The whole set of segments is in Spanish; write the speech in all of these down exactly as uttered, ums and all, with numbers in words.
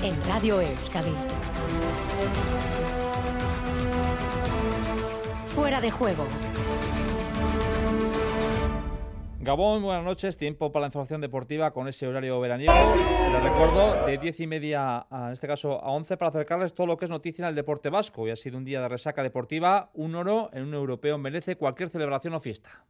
en Radio Euskadi. Fuera de juego. Gabón, buenas noches. Tiempo para la información deportiva con ese horario veraniego. Les recuerdo, de diez y media, a, en este caso a once, para acercarles todo lo que es noticia en el deporte vasco. Hoy ha sido un día de resaca deportiva. Un oro en un europeo merece cualquier celebración o fiesta.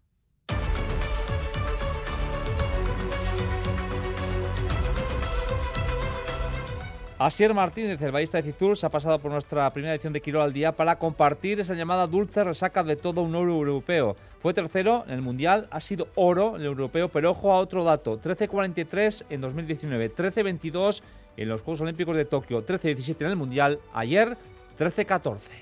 Asier Martínez, el ballista de Cizur, se ha pasado por nuestra primera edición de Quirol al Día para compartir esa llamada dulce resaca de todo un oro europeo. Fue tercero en el Mundial, ha sido oro en el europeo, pero ojo a otro dato, trece cuarenta y tres en dos mil diecinueve, trece veintidós en los Juegos Olímpicos de Tokio, trece diecisiete en el Mundial, ayer trece catorce.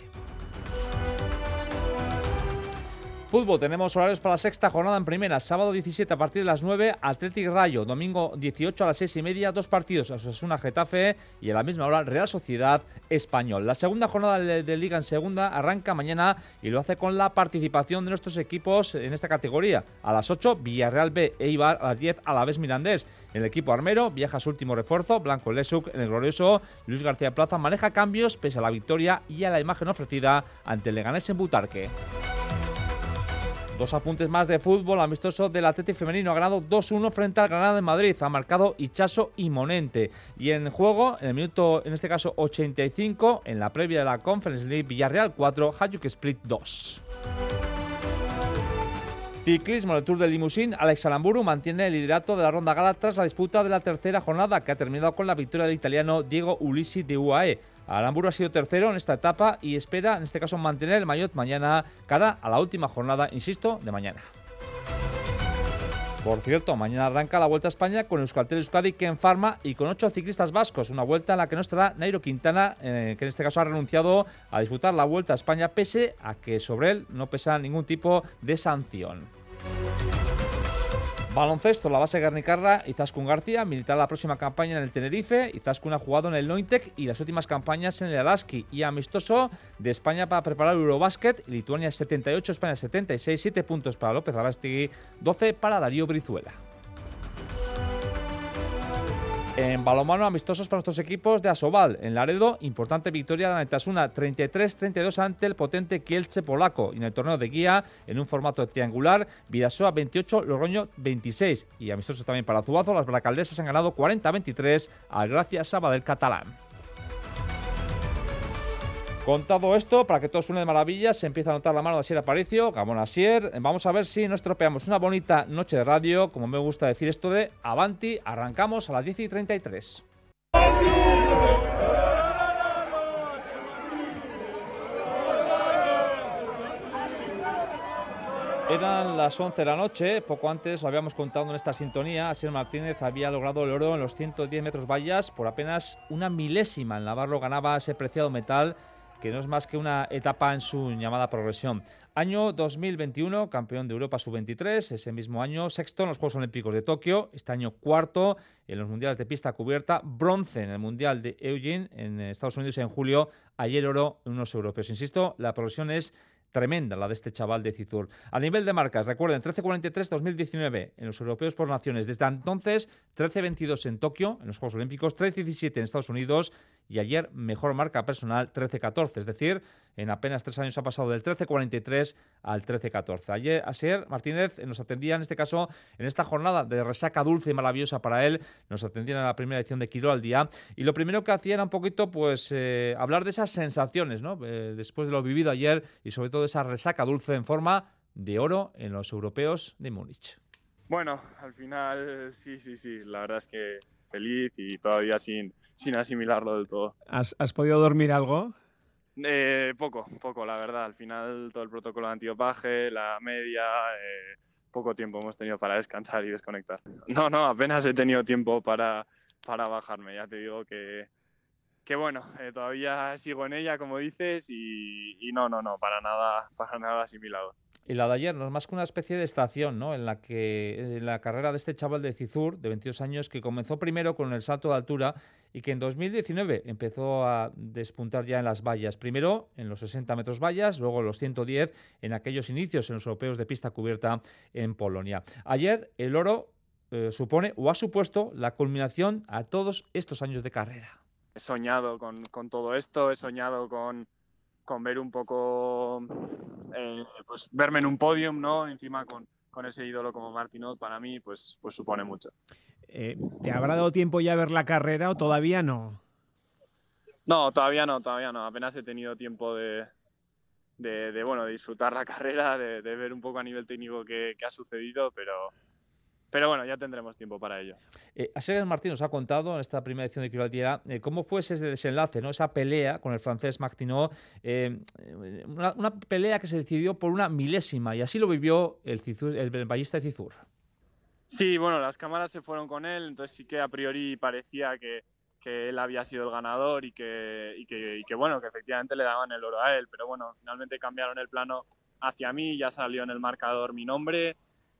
Fútbol, tenemos horarios para la sexta jornada en primera. Sábado diecisiete a partir de las nueve, Athletic Rayo. Domingo dieciocho a las seis y media, dos partidos, Osasuna Getafe y a la misma hora Real Sociedad Español. La segunda jornada de, de Liga en segunda arranca mañana y lo hace con la participación de nuestros equipos en esta categoría. A las ocho, Villarreal B, Eibar. A las diez, Alavés Mirandés. El equipo armero viaja a su último refuerzo, Blanco Lesuk. En el glorioso, Luis García Plaza maneja cambios pese a la victoria y a la imagen ofrecida ante el Leganés en Butarque. Dos apuntes más de fútbol. Amistoso del Athletic femenino ha ganado dos uno frente al Granada de Madrid. Ha marcado Ichaso y Monente. Y en juego, en el minuto, en este caso ochenta y cinco, en la previa de la Conference League, Villarreal cuatro, Hajduk Split dos. Ciclismo, el Tour de Limousin. Alex Aramburu mantiene el liderato de la ronda gala tras la disputa de la tercera jornada, que ha terminado con la victoria del italiano Diego Ulissi de U A E. Aramburu ha sido tercero en esta etapa y espera, en este caso, mantener el maillot mañana cara a la última jornada, insisto, de mañana. Por cierto, mañana arranca la Vuelta a España con Euskaltel Euskadi, Ken Pharma y con ocho ciclistas vascos. Una vuelta en la que no estará Nairo Quintana, eh, que en este caso ha renunciado a disputar la Vuelta a España, pese a que sobre él no pesa ningún tipo de sanción. Baloncesto, la base guernicarra Izaskun García militará la próxima campaña en el Tenerife. Izaskun ha jugado en el Nointek y las últimas campañas en el Alaski. Y amistoso de España para preparar Eurobasket. Lituania setenta y ocho, España setenta y seis, siete puntos para López Arástegui, doce para Darío Brizuela. En balonmano, amistosos para nuestros equipos de Asobal. En Laredo, importante victoria de Anaitasuna, treinta y tres treinta y dos ante el potente Kielce polaco. Y en el torneo de guía, en un formato triangular, Bidasoa veintiocho, Logroño veintiséis. Y amistosos también para Zuazo, las baracaldesas han ganado cuarenta a veintitrés al Gracia Sabadell catalán. Contado esto, para que todo suene de maravilla, se empieza a notar la mano de Asier Aparicio, Gabón Asier. Vamos a ver si no estropeamos una bonita noche de radio, como me gusta decir esto de Avanti. Arrancamos a las diez y treinta y tres. Eran las once de la noche, poco antes lo habíamos contado en esta sintonía. Asier Martínez había logrado el oro en los ciento diez metros vallas por apenas una milésima. En Navarro ganaba ese preciado metal, que no es más que una etapa en su llamada progresión. Año dos mil veintiuno, campeón de Europa sub veintitrés, ese mismo año sexto en los Juegos Olímpicos de Tokio, este año cuarto en los Mundiales de Pista Cubierta, bronce en el Mundial de Eugene en Estados Unidos en julio, ayer oro en unos europeos. Insisto, la progresión es tremenda la de este chaval de Cizur. A nivel de marcas, recuerden, trece cuarenta y tres dos mil diecinueve en los europeos por naciones. Desde entonces, trece veintidós en Tokio, en los Juegos Olímpicos, trece diecisiete en Estados Unidos y ayer mejor marca personal, trece catorce. Es decir, en apenas tres años ha pasado del trece cuarenta y tres al trece catorce. Ayer, Asier Martínez nos atendía, en este caso, en esta jornada de resaca dulce y maravillosa para él, nos atendía en la primera edición de Quirol al Día, y lo primero que hacía era un poquito, pues, eh, hablar de esas sensaciones, ¿no? Eh, después de lo vivido ayer y sobre todo esa resaca dulce en forma de oro en los europeos de Múnich. Bueno, al final sí, sí, sí, la verdad es que feliz y todavía sin, sin asimilarlo del todo. ¿Has, has podido dormir algo? Eh, poco, poco, la verdad. Al final todo el protocolo de antidopaje, la media, eh, poco tiempo hemos tenido para descansar y desconectar. No, no, apenas he tenido tiempo para, para bajarme. Ya te digo que, que bueno, eh, todavía sigo en ella, como dices, y, y no, no, no, para nada, para nada asimilado. Y la de ayer no es más que una especie de estación, ¿no? En la que en la carrera de este chaval de Cizur, de veintidós años, que comenzó primero con el salto de altura y que en dos mil diecinueve empezó a despuntar ya en las vallas. Primero en los sesenta metros vallas, luego en los ciento diez en aquellos inicios en los europeos de pista cubierta en Polonia. Ayer el oro eh, supone o ha supuesto la culminación a todos estos años de carrera. he soñado con, con todo esto, he soñado con, con ver un poco, eh, pues verme en un podium, ¿no? Encima con, con ese ídolo como Martinot, para mí, pues, pues supone mucho. Eh, ¿Te habrá dado tiempo ya a ver la carrera o todavía no? No, todavía no, todavía no. Apenas he tenido tiempo de, de, de bueno, de disfrutar la carrera, de, de ver un poco a nivel técnico qué, qué ha sucedido, pero, pero bueno, ya tendremos tiempo para ello. Eh, Asier Martín nos ha contado en esta primera edición de Quirolería eh, cómo fue ese desenlace, ¿no? Esa pelea con el francés Martinot, eh, una, una pelea que se decidió por una milésima, y así lo vivió el, Cizur, el, el ballista de Cizur. Sí, bueno, las cámaras se fueron con él, entonces sí que a priori parecía que, que él había sido el ganador y que, y, que, y que, bueno, que efectivamente le daban el oro a él, pero bueno, finalmente cambiaron el plano hacia mí, ya salió en el marcador mi nombre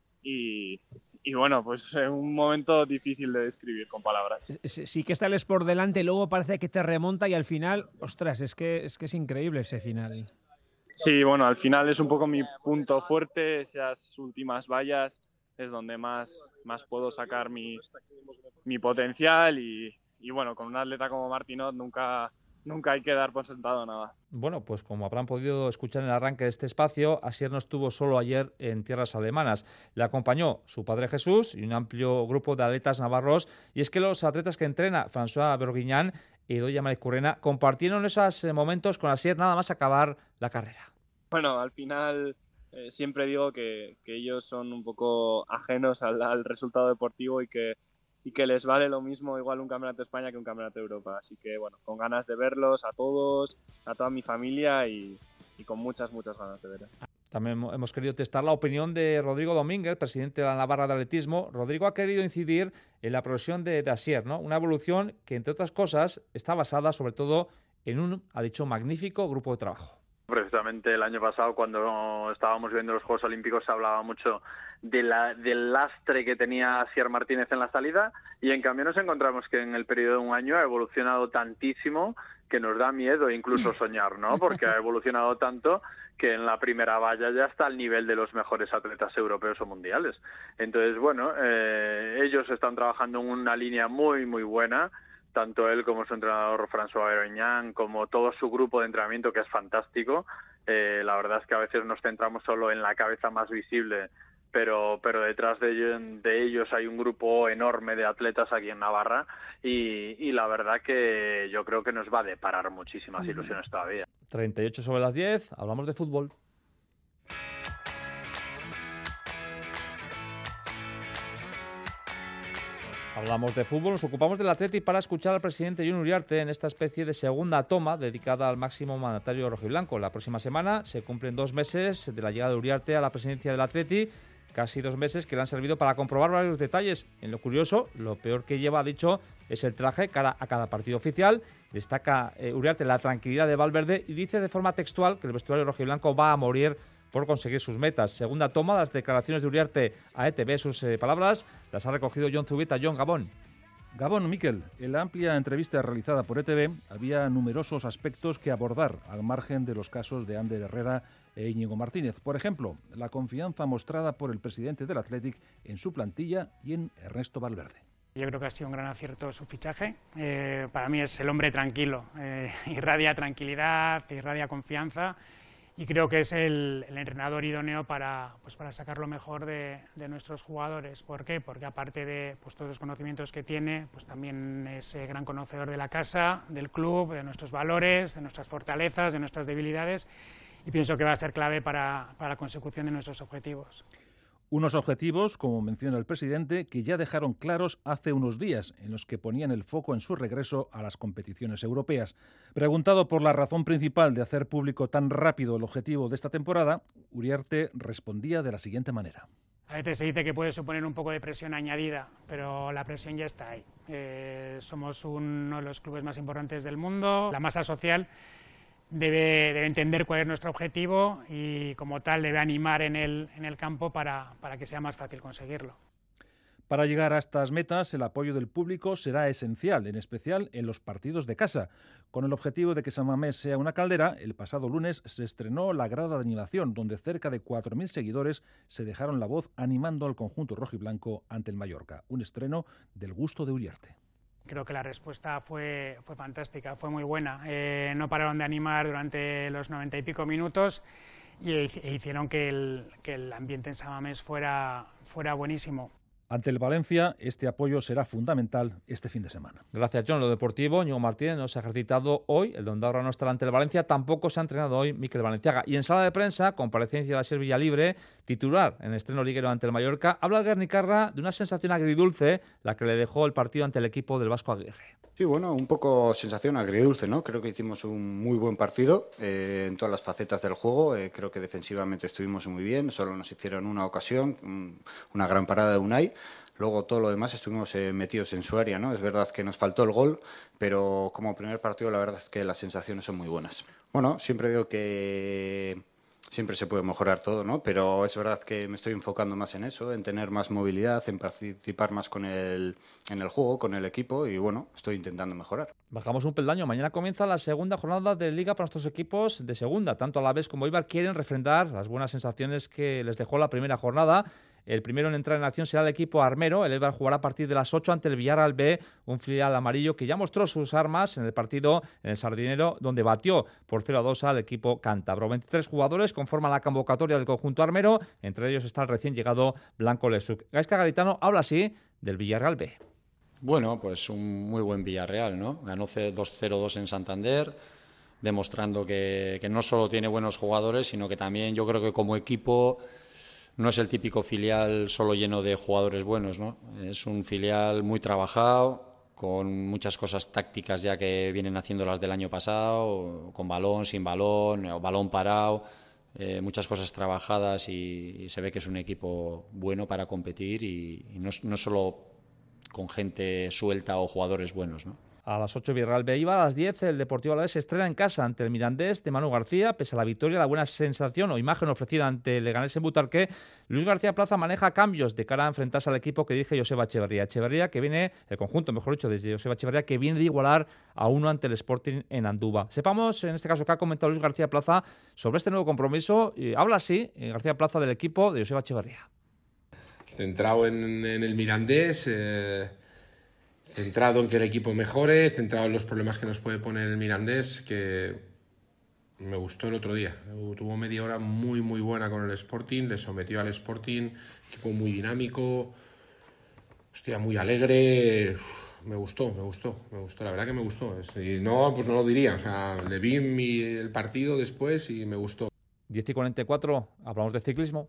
y, y bueno, pues un momento difícil de describir con palabras. Sí que está el Sport delante, luego parece que te remonta y al final, ostras, es que es, que es increíble ese final. Sí, bueno, al final es un poco mi punto fuerte, esas últimas vallas es donde más, más puedo sacar mi, mi potencial y, y bueno, con un atleta como Martinot nunca, nunca hay que dar por sentado nada. Bueno, pues como habrán podido escuchar en el arranque de este espacio, Asier no estuvo solo ayer en tierras alemanas. Le acompañó su padre Jesús y un amplio grupo de atletas navarros, y es que los atletas que entrena François Berguignan y Idoia Maizkurrena compartieron esos momentos con Asier nada más acabar la carrera. Bueno, al final eh, siempre digo que, que ellos son un poco ajenos al, al resultado deportivo y que, y que les vale lo mismo igual un campeonato de España que un campeonato de Europa. Así que bueno, con ganas de verlos a todos, a toda mi familia y, y con muchas, muchas ganas de verlos. También hemos querido testar la opinión de Rodrigo Domínguez, presidente de la Navarra de Atletismo. Rodrigo ha querido incidir en la progresión de, de Asier, ¿no? Una evolución que, entre otras cosas, está basada sobre todo en un, ha dicho, magnífico grupo de trabajo. Precisamente el año pasado, cuando estábamos viendo los Juegos Olímpicos, se hablaba mucho de la, del lastre que tenía Asier Martínez en la salida, y en cambio nos encontramos que en el periodo de un año ha evolucionado tantísimo que nos da miedo incluso soñar, ¿no? Porque ha evolucionado tanto que en la primera valla ya está al nivel de los mejores atletas europeos o mundiales. Entonces, bueno, eh, ellos están trabajando en una línea muy, muy buena, tanto él como su entrenador François Berguignan, como todo su grupo de entrenamiento, que es fantástico. Eh, la verdad es que a veces nos centramos solo en la cabeza más visible, pero, pero detrás de ellos, de ellos hay un grupo enorme de atletas aquí en Navarra, y, y la verdad que yo creo que nos va a deparar muchísimas ilusiones todavía. treinta y ocho sobre las diez, hablamos de fútbol. Hablamos de fútbol, nos ocupamos del Atleti para escuchar al presidente Jon Uriarte en esta especie de segunda toma dedicada al máximo mandatario rojiblanco. La próxima semana se cumplen dos meses de la llegada de Uriarte a la presidencia del Atleti, casi dos meses que le han servido para comprobar varios detalles. En lo curioso, lo peor que lleva, ha dicho, es el traje cara a cada partido oficial. Destaca eh, Uriarte la tranquilidad de Valverde y dice de forma textual que el vestuario rojiblanco va a morir por conseguir sus metas. Segunda toma, las declaraciones de Uriarte a E T V, sus eh, palabras, las ha recogido Jon Zubeta. Jon, Gabón. Gabón, Miquel. En la amplia entrevista realizada por E T V había numerosos aspectos que abordar al margen de los casos de Ander Herrera e Íñigo Martínez. Por ejemplo, la confianza mostrada por el presidente del Athletic en su plantilla y en Ernesto Valverde. Yo creo que ha sido un gran acierto su fichaje. Eh, para mí es el hombre tranquilo. Eh, irradia tranquilidad, irradia confianza. Y creo que es el, el entrenador idóneo para, pues para sacar lo mejor de, de nuestros jugadores. ¿Por qué? Porque aparte de pues, todos los conocimientos que tiene, pues también es eh, gran conocedor de la casa, del club, de nuestros valores, de nuestras fortalezas, de nuestras debilidades, y pienso que va a ser clave para, para la consecución de nuestros objetivos. Unos objetivos, como menciona el presidente, que ya dejaron claros hace unos días, en los que ponían el foco en su regreso a las competiciones europeas. Preguntado por la razón principal de hacer público tan rápido el objetivo de esta temporada, Uriarte respondía de la siguiente manera. A veces se dice que puede suponer un poco de presión añadida, pero la presión ya está ahí. Eh, somos uno de los clubes más importantes del mundo, la masa social Debe, debe entender cuál es nuestro objetivo y como tal debe animar en el, en el campo para, para que sea más fácil conseguirlo. Para llegar a estas metas, el apoyo del público será esencial, en especial en los partidos de casa. Con el objetivo de que San Mamés sea una caldera, el pasado lunes se estrenó la grada de animación, donde cerca de cuatro mil seguidores se dejaron la voz animando al conjunto rojiblanco ante el Mallorca. Un estreno del gusto de Uriarte. Creo que la respuesta fue, fue fantástica, fue muy buena. Eh, no pararon de animar durante los noventa y pico minutos y e hicieron que el, que el ambiente en San Mamés fuera, fuera buenísimo. Ante el Valencia, este apoyo será fundamental este fin de semana. Gracias, John. Lo deportivo, Íñigo Martínez no se ha ejercitado hoy. El Dondarra no estará ante el Valencia. Tampoco se ha entrenado hoy Mikel Valenciaga. Y en sala de prensa, comparecencia de Asier Villalibre, titular en el estreno liguero ante el Mallorca, habla el guernicarra de una sensación agridulce, la que le dejó el partido ante el equipo del Vasco Aguirre. Sí, bueno, un poco sensación agridulce, ¿no? Creo que hicimos un muy buen partido eh, en todas las facetas del juego. Eh, creo que defensivamente estuvimos muy bien, solo nos hicieron una ocasión, un, una gran parada de Unai. Luego todo lo demás estuvimos eh, metidos en su área, ¿no? Es verdad que nos faltó el gol, pero como primer partido la verdad es que las sensaciones son muy buenas. Bueno, siempre digo que siempre se puede mejorar todo, ¿no? Pero es verdad que me estoy enfocando más en eso, en tener más movilidad, en participar más con el, en el juego, con el equipo y, bueno, estoy intentando mejorar. Bajamos un peldaño. Mañana comienza la segunda jornada de Liga para nuestros equipos de segunda. Tanto Alavés como Eibar quieren refrendar las buenas sensaciones que les dejó la primera jornada. El primero en entrar en acción será el equipo armero. El Eibar jugará a partir de las ocho ante el Villarreal B, un filial amarillo que ya mostró sus armas en el partido en el Sardinero, donde batió por cero a dos al equipo cántabro. veintitrés jugadores conforman la convocatoria del conjunto armero. Entre ellos está el recién llegado Blanco Lesuc. Gaizka Garitano habla así del Villarreal B. Bueno, pues un muy buen Villarreal, ¿no? Ganó dos cero dos en Santander, demostrando que, que no solo tiene buenos jugadores, sino que también yo creo que como equipo no es el típico filial solo lleno de jugadores buenos, ¿no? Es un filial muy trabajado, con muchas cosas tácticas ya que vienen haciéndolas del año pasado, con balón, sin balón, o balón parado, eh, muchas cosas trabajadas y, y se ve que es un equipo bueno para competir y, y no, no solo con gente suelta o jugadores buenos, ¿no? A las ocho Villarreal B Eibar, a las diez el Deportivo Alavés se estrena en casa ante el Mirandés de Manu García. Pese a la victoria, la buena sensación o imagen ofrecida ante el Leganés en Butarque, Luis García Plaza maneja cambios de cara a enfrentarse al equipo que dirige Joseba Echeverría. Echeverría que viene, el conjunto mejor dicho, desde Joseba Echeverría, que viene de igualar a uno ante el Sporting en Andúba. Sepamos, en este caso, qué ha comentado Luis García Plaza sobre este nuevo compromiso. Y habla así García Plaza del equipo de Joseba Echeverría. Centrado en, en el Mirandés, eh... centrado en que el equipo mejore, centrado en los problemas que nos puede poner el Mirandés, que me gustó el otro día. Tuvo media hora muy, muy buena con el Sporting, le sometió al Sporting, equipo muy dinámico, hostia, muy alegre. Me gustó, me gustó, me gustó, la verdad que me gustó. Si no, pues no lo diría. O sea, le vi mi, el partido después y me gustó. diez y cuarenta y cuatro, hablamos de ciclismo.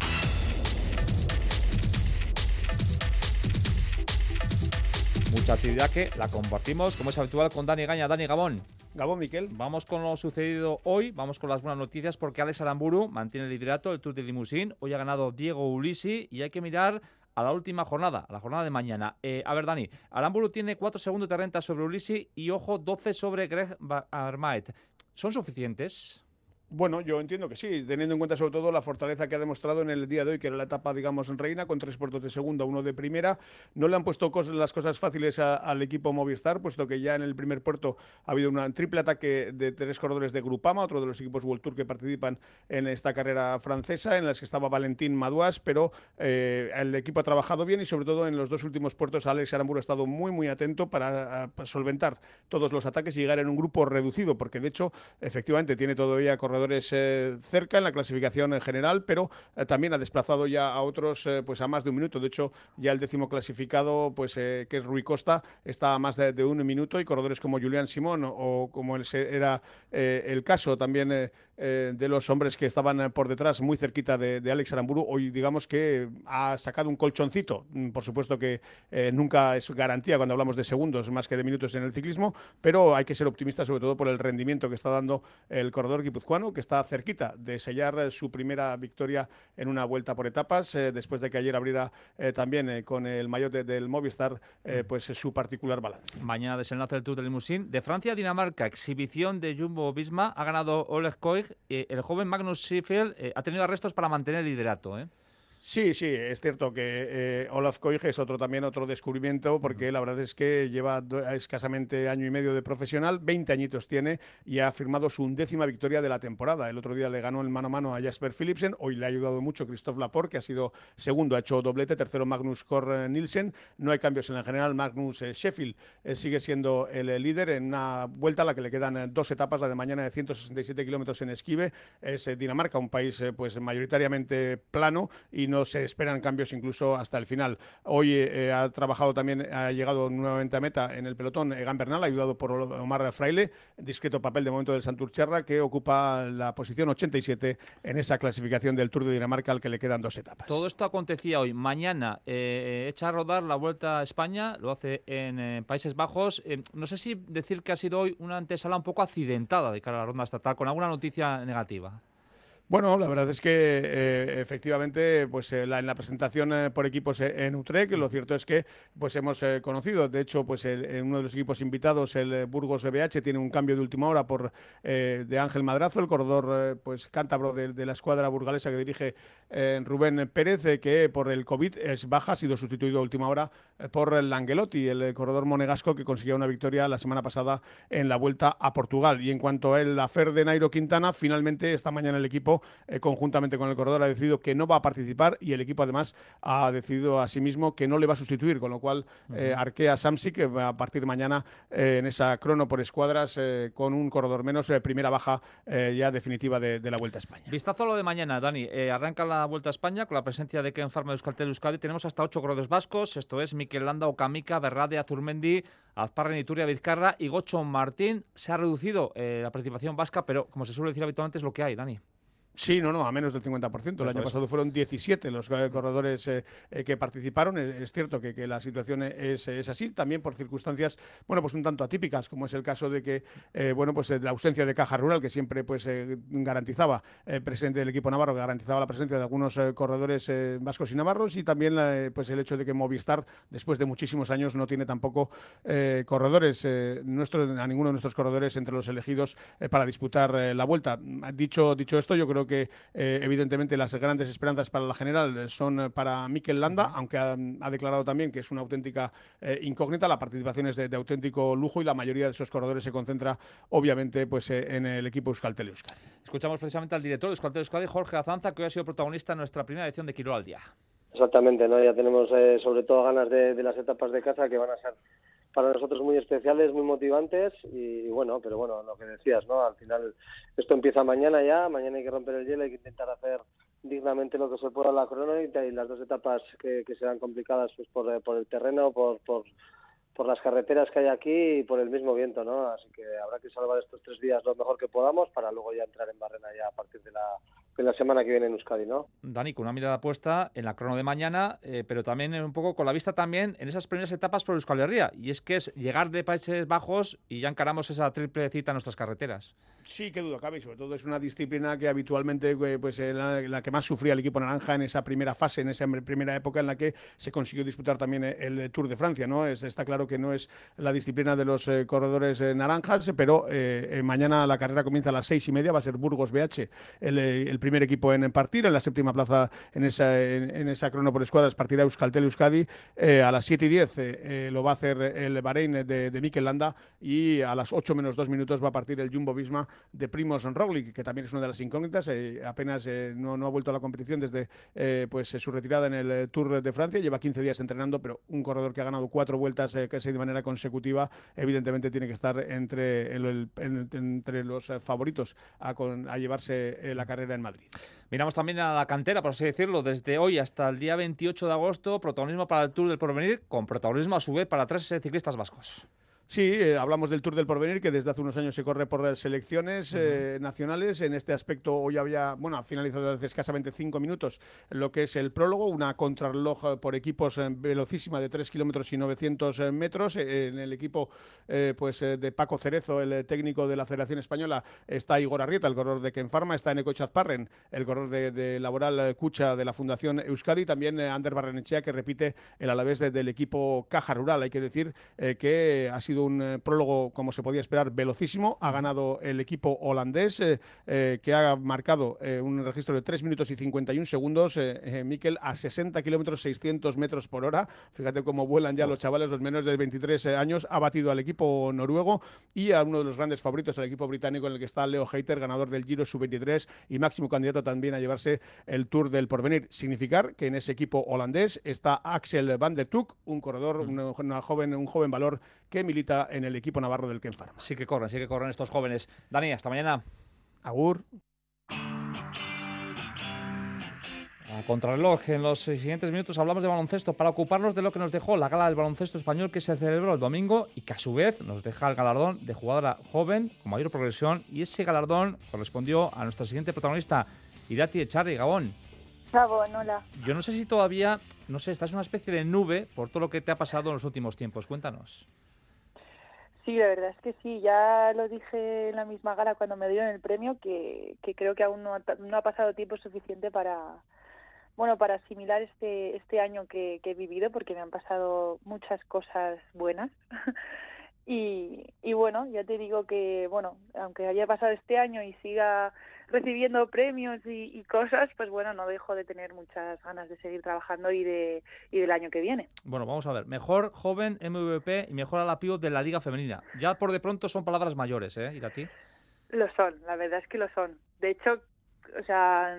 Mucha actividad que la compartimos, como es habitual, con Dani Gaña. Dani, Gabón. Gabón, Miquel. Vamos con lo sucedido hoy, vamos con las buenas noticias, porque Alex Aramburu mantiene el liderato del Tour de Limousin. Hoy ha ganado Diego Ulissi y hay que mirar a la última jornada, a la jornada de mañana. Eh, a ver, Dani, Aramburu tiene cuatro segundos de renta sobre Ulissi y, ojo, doce sobre Greg Armaet. ¿Son suficientes? Bueno, yo entiendo que sí, teniendo en cuenta sobre todo la fortaleza que ha demostrado en el día de hoy, que era la etapa, digamos, en reina, con tres puertos de segunda, uno de primera. No le han puesto cosas, las cosas fáciles a, al equipo Movistar, puesto que ya en el primer puerto ha habido un triple ataque de tres corredores de Groupama, otro de los equipos World Tour que participan en esta carrera francesa, en las que estaba Valentín Madouas, pero eh, el equipo ha trabajado bien y sobre todo en los dos últimos puertos Alex Aramburu ha estado muy, muy atento para, a, para solventar todos los ataques y llegar en un grupo reducido, porque de hecho, efectivamente, tiene todavía corredores Eh, cerca en la clasificación en general, pero eh, también ha desplazado ya a otros eh, pues a más de un minuto. De hecho, ya el décimo clasificado, pues eh, que es Rui Costa, está a más de, de un minuto, y corredores como Julián Simón o, o como el, era eh, el caso también eh, eh, de los hombres que estaban por detrás, muy cerquita de, de Alex Aramburu, hoy digamos que ha sacado un colchoncito. Por supuesto que eh, nunca es garantía cuando hablamos de segundos más que de minutos en el ciclismo, pero hay que ser optimista sobre todo por el rendimiento que está dando el corredor guipuzcoano, que está cerquita de sellar su primera victoria en una vuelta por etapas, eh, después de que ayer abriera eh, también eh, con el maillot de, del Movistar eh, pues su particular balance. Mañana desenlace del Tour de Limousin. De Francia a Dinamarca, exhibición de Jumbo-Visma, ha ganado Oleg Koig. Eh, el joven Magnus Sheffield eh, ha tenido arrestos para mantener el liderato, ¿eh? Sí, sí, es cierto que eh, Olaf Koig es otro también otro descubrimiento, porque la verdad es que lleva do, escasamente año y medio de profesional, veinte añitos tiene y ha firmado su undécima victoria de la temporada. El otro día le ganó el mano a mano a Jasper Philipsen, hoy le ha ayudado mucho Christophe Laporte, que ha sido segundo, ha hecho doblete, tercero Magnus Cor Nielsen. No hay cambios en la general, Magnus eh, Sheffield eh, sigue siendo el eh, líder en una vuelta a la que le quedan eh, dos etapas, la de mañana de ciento sesenta y siete kilómetros en Esquive. Es eh, Dinamarca, un país eh, pues mayoritariamente plano y no se esperan cambios incluso hasta el final. Hoy eh, ha trabajado también, ha llegado nuevamente a meta en el pelotón Egan Bernal, ayudado por Omar Fraile, discreto papel de momento del Santurcerra, que ocupa la posición ochenta y siete en esa clasificación del Tour de Dinamarca, al que le quedan dos etapas. Todo esto acontecía hoy. Mañana eh, echa a rodar la Vuelta a España, lo hace en eh, Países Bajos. Eh, no sé si decir que ha sido hoy una antesala un poco accidentada de cara a la ronda estatal, con alguna noticia negativa. Bueno, la verdad es que eh, efectivamente, pues eh, la, en la presentación eh, por equipos eh, en Utrecht, lo cierto es que pues hemos eh, conocido, de hecho, pues el, en uno de los equipos invitados, el eh, Burgos B H, tiene un cambio de última hora por eh, de Ángel Madrazo, el corredor eh, pues cántabro de, de la escuadra burgalesa que dirige eh, Rubén Pérez, eh, que por el COVID es baja, ha sido sustituido a última hora eh, por Langelotti, el eh, corredor monegasco que consiguió una victoria la semana pasada en la Vuelta a Portugal. Y en cuanto a el afer de Nairo Quintana, finalmente esta mañana el equipo Eh, conjuntamente con el corredor ha decidido que no va a participar y el equipo además ha decidido asimismo que no le va a sustituir, con lo cual eh, uh-huh. Arkea Samsic, que va a partir mañana eh, en esa crono por escuadras eh, con un corredor menos, eh, primera baja eh, ya definitiva de, de la Vuelta a España. Vistazo a lo de mañana, Dani. Eh, arranca la Vuelta a España con la presencia de Ken Farma de Euskaltel Euskadi. Tenemos hasta ocho corredores vascos, esto es Mikel Landa, Okamica, Berrade, Azurmendi, Azparren, Iturria, Vizcarra y Gocho Martín. Se ha reducido eh, la participación vasca, pero como se suele decir habitualmente es lo que hay, Dani. Sí, no, no, a menos del cincuenta por ciento. El Eso año es. pasado fueron diecisiete los corredores eh, eh, que participaron. Es, es cierto que, que la situación es, es así, también por circunstancias, bueno, pues un tanto atípicas, como es el caso de que, eh, bueno, pues la ausencia de Caja Rural, que siempre pues eh, garantizaba, el eh, presidente del equipo navarro, que garantizaba la presencia de algunos eh, corredores eh, vascos y navarros, y también eh, pues el hecho de que Movistar, después de muchísimos años, no tiene tampoco eh, corredores, eh, nuestro, a ninguno de nuestros corredores entre los elegidos eh, para disputar eh, la Vuelta. Dicho, dicho esto, yo creo que eh, evidentemente las grandes esperanzas para la general son para Mikel Landa, aunque ha, ha declarado también que es una auténtica eh, incógnita. La participación es de, de auténtico lujo y la mayoría de esos corredores se concentra obviamente pues eh, en el equipo Euskaltel Euskadi. Escuchamos precisamente al director de Euskaltel Euskadi, Jorge Azanza, que hoy ha sido protagonista en nuestra primera edición de Quirol al Día. Exactamente, ¿no? Ya tenemos eh, sobre todo ganas de, de las etapas de casa, que van a ser para nosotros muy especiales, muy motivantes y, y bueno, pero bueno, lo que decías, ¿no? Al final esto empieza mañana ya, mañana hay que romper el hielo, hay que intentar hacer dignamente lo que se pueda la cronómica y las dos etapas que, que serán complicadas pues por, por el terreno, por, por por las carreteras que hay aquí y por el mismo viento, ¿no? Así que habrá que salvar estos tres días lo mejor que podamos para luego ya entrar en Barrena ya a partir de la, de la semana que viene en Euskadi, ¿no? Dani, con una mirada puesta en la crono de mañana, eh, pero también un poco con la vista también en esas primeras etapas por Euskal Herria, y es que es llegar de Países Bajos y ya encaramos esa triple cita en nuestras carreteras. Sí, qué duda cabe, y sobre todo es una disciplina que habitualmente pues la, la que más sufría el equipo naranja en esa primera fase, en esa primera época en la que se consiguió disputar también el Tour de Francia, ¿no? Es, está claro que no es la disciplina de los eh, corredores eh, naranjas, pero eh, eh, mañana la carrera comienza a las seis y media, va a ser Burgos B H el, eh, el primer equipo en partir, en la séptima plaza en esa, en, en esa crono por escuadras partirá Euskaltel Euskadi, eh, a las siete y diez eh, eh, lo va a hacer el Bahrein de, de Mikel Landa y a las ocho menos dos minutos va a partir el Jumbo Visma de Primož Roglič, que también es una de las incógnitas, eh, apenas eh, no, no ha vuelto a la competición desde eh, pues su retirada en el Tour de Francia, lleva quince días entrenando, pero un corredor que ha ganado cuatro vueltas eh, casi de manera consecutiva, evidentemente tiene que estar entre, el, el, en, entre los favoritos a, con, a llevarse eh, la carrera en Madrid. Miramos también a la cantera, por así decirlo, desde hoy hasta el día veintiocho de agosto, protagonismo para el Tour del Porvenir, con protagonismo a su vez para tres ciclistas vascos. Sí, eh, hablamos del Tour del Porvenir, que desde hace unos años se corre por selecciones eh, nacionales. En este aspecto hoy había, bueno, ha finalizado hace escasamente cinco minutos lo que es el prólogo, una contrarreloj por equipos eh, velocísima de tres kilómetros y novecientos eh, metros. Eh, en el equipo eh, pues eh, de Paco Cerezo, el técnico de la Federación Española, está Igor Arrieta, el corredor de Ken Pharma, está Eneko Azparren, el corredor de, de Laboral Cucha de la Fundación Euskadi, también eh, Ander Barrenechea, que repite el alavés de, del equipo Caja Rural. Hay que decir eh, que ha sido sido un eh, prólogo, como se podía esperar, velocísimo. Ha ganado el equipo holandés, eh, eh, que ha marcado eh, un registro de tres minutos y cincuenta y un segundos, eh, eh, Mikel, a sesenta kilómetros, seiscientos metros por hora. Fíjate cómo vuelan ya los chavales, los menores de veintitrés años. Ha batido al equipo noruego y a uno de los grandes favoritos, el equipo británico, en el que está Leo Hayter, ganador del Giro sub veintitrés y máximo candidato también a llevarse el Tour del Porvenir. Significar que en ese equipo holandés está Axel van der Tuk, un corredor, mm. una, una joven, un joven valor que milita en el equipo navarro del Ken Pharma. Sí que corren, sí que corren estos jóvenes. Dani, hasta mañana. Agur. A contrarreloj, en los siguientes minutos hablamos de baloncesto para ocuparnos de lo que nos dejó la gala del baloncesto español que se celebró el domingo y que a su vez nos deja el galardón de jugadora joven con mayor progresión, y ese galardón correspondió a nuestra siguiente protagonista, Irati Echarri. Gabón. Gabón, hola. Yo no sé si todavía, no sé, estás en una especie de nube por todo lo que te ha pasado en los últimos tiempos. Cuéntanos. Sí, la verdad es que sí, ya lo dije en la misma gala cuando me dieron el premio, que, que creo que aún no ha, no ha pasado tiempo suficiente para... Bueno, para asimilar este este año que, que he vivido, porque me han pasado muchas cosas buenas. y, y bueno, ya te digo que, bueno, aunque haya pasado este año y siga recibiendo premios y, y cosas, pues bueno, no dejo de tener muchas ganas de seguir trabajando y de y del año que viene. Bueno, vamos a ver. Mejor joven M V P y mejor ala pívot de la Liga Femenina. Ya por de pronto son palabras mayores, ¿eh, Irati? Lo son, la verdad es que lo son. De hecho, o sea...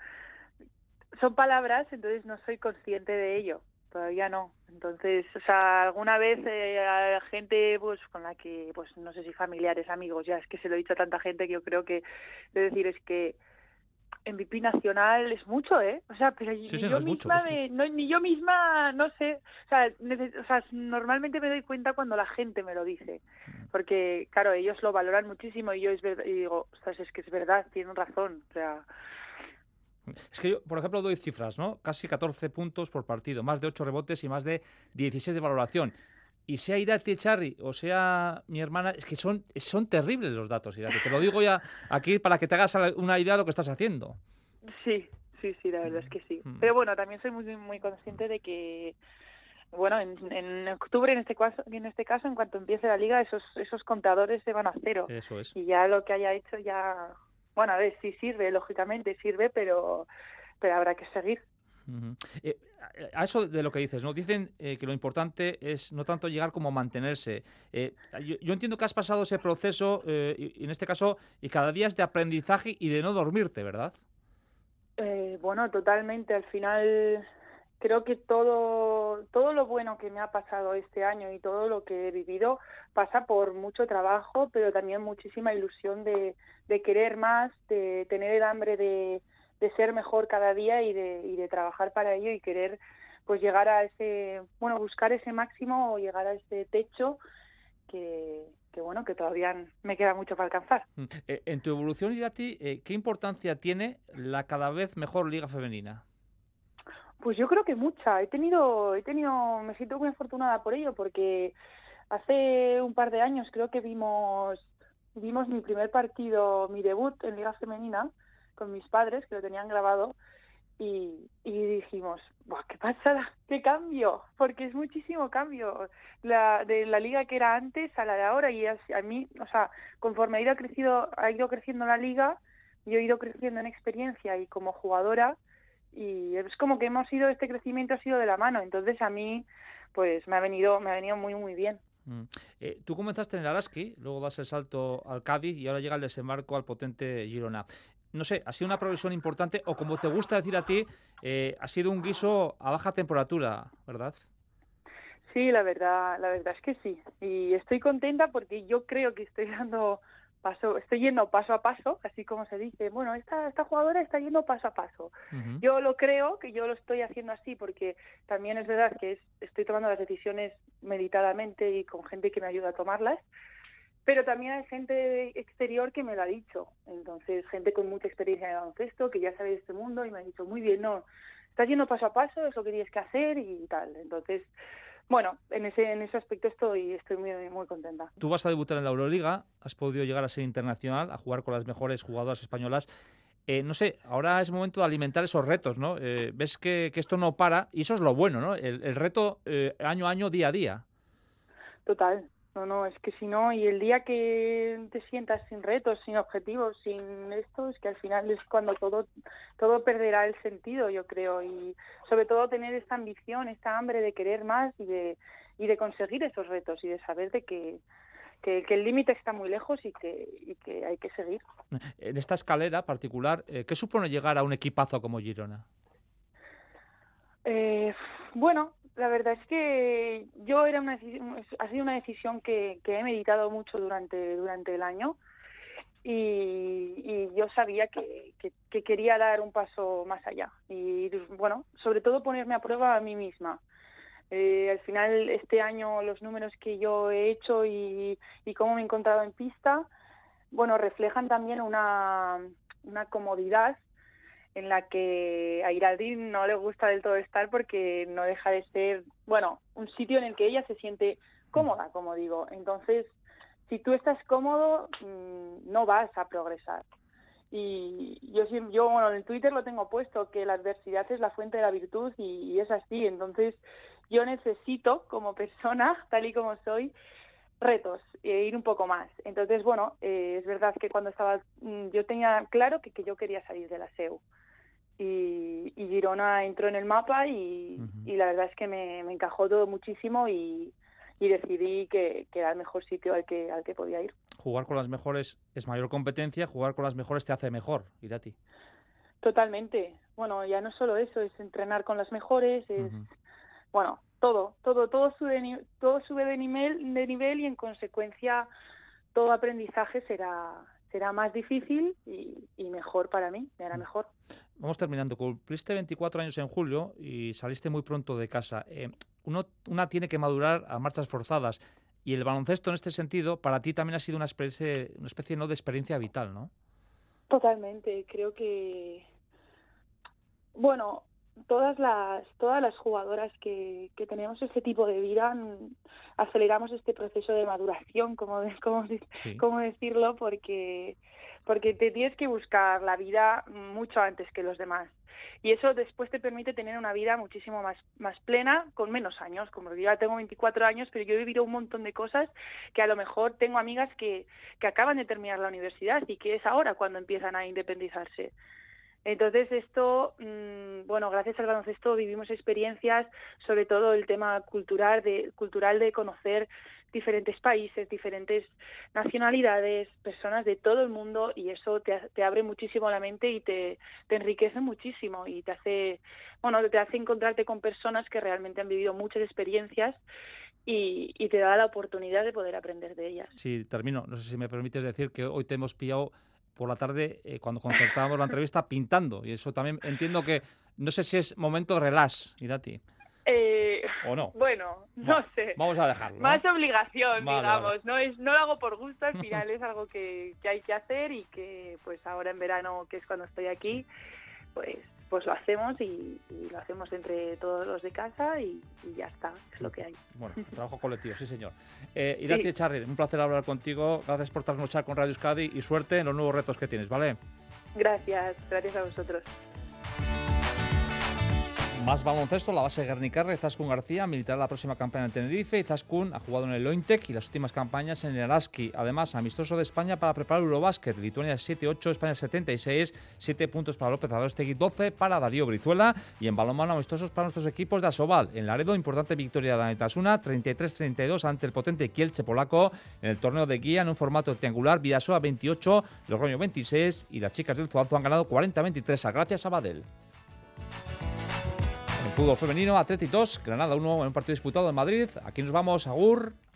son palabras, entonces no soy consciente de ello, todavía no. Entonces, o sea, alguna vez eh, a gente pues con la que, pues no sé si familiares, amigos, ya es que se lo he dicho a tanta gente que yo creo que, de decir, es que M V P nacional es mucho, ¿eh? O sea, pero sí, ni, sí, yo no, es misma mucho, me, es no, ni yo misma, no sé, o sea, neces- o sea, normalmente me doy cuenta cuando la gente me lo dice, porque, claro, ellos lo valoran muchísimo y yo es ver- y digo, ostras, es que es verdad, tienen razón, o sea... Es que yo, por ejemplo, doy cifras, ¿no? Casi catorce puntos por partido, más de ocho rebotes y más de dieciséis de valoración. Y sea Irati Echarri o sea mi hermana, es que son, son terribles los datos, Irati. Te lo digo ya aquí para que te hagas una idea de lo que estás haciendo. Sí, sí, sí, la verdad es que sí. Pero bueno, también soy muy muy consciente de que, bueno, en, en octubre en este caso, en este caso, en cuanto empiece la liga, esos esos contadores se van a cero. Eso es. Y ya lo que haya hecho ya... Bueno, a ver, sí sirve, lógicamente sirve, pero, pero habrá que seguir. Uh-huh. eh, a eso de lo que dices, ¿no? Dicen eh, que lo importante es no tanto llegar como mantenerse. Eh, yo, yo entiendo que has pasado ese proceso, eh, y, y en este caso, y cada día es de aprendizaje y de no dormirte, ¿verdad? Eh, bueno, totalmente. Al final creo que todo, todo lo bueno que me ha pasado este año y todo lo que he vivido pasa por mucho trabajo, pero también muchísima ilusión de, de querer más, de tener el hambre de, de ser mejor cada día y de, y de trabajar para ello y querer pues llegar a ese, bueno, buscar ese máximo o llegar a ese techo que, que bueno, que todavía me queda mucho para alcanzar. Eh, en tu evolución, Irati, eh, ¿qué importancia tiene la cada vez mejor Liga Femenina? Pues yo creo que mucha. He tenido, he tenido, me siento muy afortunada por ello, porque hace un par de años creo que vimos, vimos mi primer partido, mi debut en Liga Femenina, con mis padres, que lo tenían grabado, y, y dijimos, ¡buah, qué pasada, qué cambio! Porque es muchísimo cambio la, de la liga que era antes a la de ahora, y a, a mí, o sea, conforme ha ido, crecido, ha ido creciendo la liga, yo he ido creciendo en experiencia y como jugadora, y es como que hemos ido, este crecimiento ha sido de la mano, entonces a mí pues me ha venido me ha venido muy muy bien. Mm. Eh, tú comenzaste en el Araski, luego das el salto al Cádiz y ahora llega el desembarco al potente Girona. No sé, ¿ha sido una progresión importante o, como te gusta decir a ti, eh, ha sido un guiso a baja temperatura, verdad? Sí, la verdad, la verdad es que sí, y estoy contenta porque yo creo que estoy dando paso, estoy yendo paso a paso, así como se dice, bueno, esta, esta jugadora está yendo paso a paso. Uh-huh. Yo lo creo, que yo lo estoy haciendo así, porque también es verdad que es, estoy tomando las decisiones meditadamente y con gente que me ayuda a tomarlas, pero también hay gente exterior que me lo ha dicho, entonces gente con mucha experiencia en el baloncesto, que ya sabe de este mundo, y me ha dicho, muy bien, no, estás yendo paso a paso, es lo que tienes que hacer y tal, entonces... Bueno, en ese en ese aspecto estoy estoy muy muy contenta. Tú vas a debutar en la Euroliga, has podido llegar a ser internacional, a jugar con las mejores jugadoras españolas. Eh, no sé, ahora es momento de alimentar esos retos, ¿no? Eh, ves que, que esto no para y eso es lo bueno, ¿no? El, el reto eh, año a año, día a día. Total, No, no, es que si no, y el día que te sientas sin retos, sin objetivos, sin esto, es que al final es cuando todo todo perderá el sentido, yo creo, y sobre todo tener esta ambición, esta hambre de querer más y de y de conseguir esos retos y de saber de que que, que el límite está muy lejos y que y que hay que seguir. En esta escalera particular, eh, ¿qué supone llegar a un equipazo como Girona? Eh, bueno, la verdad es que yo era una ha sido una decisión que, que he meditado mucho durante durante el año y, y yo sabía que, que, que quería dar un paso más allá y bueno, sobre todo ponerme a prueba a mí misma. Eh, al final este año los números que yo he hecho y, y cómo me he encontrado en pista, bueno, reflejan también una, una comodidad en la que a Iradi no le gusta del todo estar porque no deja de ser, bueno, un sitio en el que ella se siente cómoda, como digo. Entonces, si tú estás cómodo, no vas a progresar. Y yo, yo bueno, en Twitter lo tengo puesto, que la adversidad es la fuente de la virtud y, y es así. Entonces, yo necesito, como persona, tal y como soy, retos e ir un poco más. Entonces, bueno, eh, es verdad que cuando estaba, yo tenía claro que, que yo quería salir de la S E U. Y, y Girona entró en el mapa y, uh-huh. y la verdad es que me, me encajó todo muchísimo y, y decidí que, que era el mejor sitio al que, al que podía ir. Jugar con las mejores es mayor competencia, jugar con las mejores te hace mejor, Irati. Totalmente. Bueno, ya no solo eso, es entrenar con las mejores, es, uh-huh. bueno, todo, todo, todo sube, de, todo sube de nivel, de nivel y en consecuencia todo aprendizaje será, será más difícil y, y mejor para mí, me hará uh-huh. mejor. Vamos terminando. Cumpliste veinticuatro años en julio y saliste muy pronto de casa. Eh, uno, una tiene que madurar a marchas forzadas y el baloncesto en este sentido para ti también ha sido una especie, una especie ¿no? de experiencia vital, ¿no? Totalmente. Creo que, bueno, todas las todas las jugadoras que, que tenemos este tipo de vida aceleramos este proceso de maduración, como como, sí. como decirlo, porque porque te tienes que buscar la vida mucho antes que los demás. Y eso después te permite tener una vida muchísimo más, más plena, con menos años. Como yo ya tengo veinticuatro años, pero yo he vivido un montón de cosas que a lo mejor tengo amigas que, que acaban de terminar la universidad y que es ahora cuando empiezan a independizarse. Entonces esto, mmm, bueno, gracias al baloncesto vivimos experiencias, sobre todo el tema cultural de, cultural de conocer diferentes países, diferentes nacionalidades, personas de todo el mundo y eso te, te abre muchísimo la mente y te, te enriquece muchísimo y te hace, bueno, te hace encontrarte con personas que realmente han vivido muchas experiencias y, y te da la oportunidad de poder aprender de ellas. Sí, termino. No sé si me permites decir que hoy te hemos pillado por la tarde eh, cuando concertábamos la entrevista pintando y eso también entiendo que no sé si es momento de relax, Irati. Eh, ¿O no? Bueno, no Va, sé. Vamos a dejarlo, ¿no? Más obligación, vale, digamos. Vale. No es, no lo hago por gusto, al final es algo que, que hay que hacer y que pues ahora en verano, que es cuando estoy aquí, pues pues lo hacemos y, y lo hacemos entre todos los de casa y, y ya está, es lo que hay. Bueno, trabajo colectivo, sí señor. Eh, Irati sí. Echarri, un placer hablar contigo, gracias por trasnochar con Radio Euskadi y suerte en los nuevos retos que tienes, ¿vale? Gracias, gracias a vosotros. Más baloncesto, la base Guernicarra, Izaskun García militará la próxima campaña en Tenerife. Izaskun ha jugado en el Lointec y las últimas campañas en el Araski. Además, amistoso de España para preparar Eurobásquet. Lituania siete ocho, España setenta y seis, siete puntos para López Arostegui, doce para Darío Brizuela. Y en balonmano amistosos para nuestros equipos de Asobal. En Laredo, importante victoria de Anetasuna, treinta y tres treinta y dos ante el potente Kielce polaco. En el torneo de guía, en un formato triangular, Bidasoa veintiocho, Logroño veintiséis y las chicas del Zuazo han ganado cuarenta a veintitrés a Gracia Sabadell. En fútbol femenino, Athletic dos, Granada uno en un partido disputado en Madrid. Aquí nos vamos, agur.